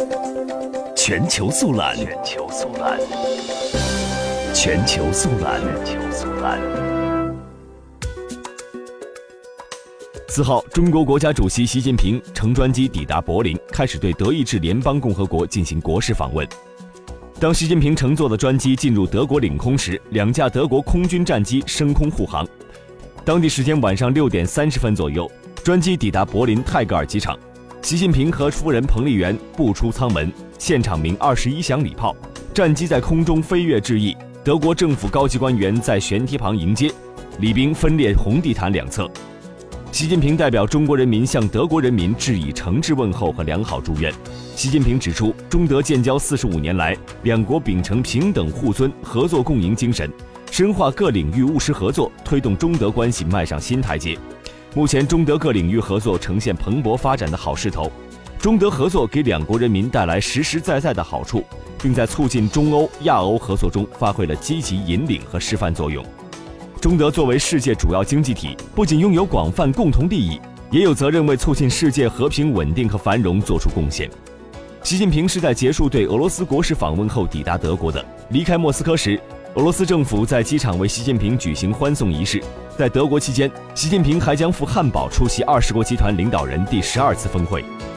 全球速览，全球速览，全球速览，全球速览。4号，中国国家主席习近平乘专机抵达柏林，开始对德意志联邦共和国进行国事访问。当习近平乘坐的专机进入德国领空时，2架德国空军战机升空护航。当地时间晚上6点30分左右，专机抵达柏林泰戈尔机场。习近平和夫人彭丽媛步出舱门，现场鸣21响礼炮，战机在空中飞跃致意，德国政府高级官员在舷梯旁迎接，礼宾分列红地毯两侧。习近平代表中国人民向德国人民致以诚挚问候和良好祝愿。习近平指出，中德建交45年来，两国秉承平等互尊、合作共赢精神，深化各领域务实合作，推动中德关系迈上新台阶。目前，中德各领域合作呈现蓬勃发展的好势头，中德合作给两国人民带来实实在在的好处，并在促进中欧、亚欧合作中发挥了积极引领和示范作用。中德作为世界主要经济体，不仅拥有广泛共同利益，也有责任为促进世界和平稳定和繁荣做出贡献。习近平是在结束对俄罗斯国事访问后抵达德国的。离开莫斯科时，俄罗斯政府在机场为习近平举行欢送仪式。在德国期间，习近平还将赴汉堡出席20国集团领导人第12次峰会。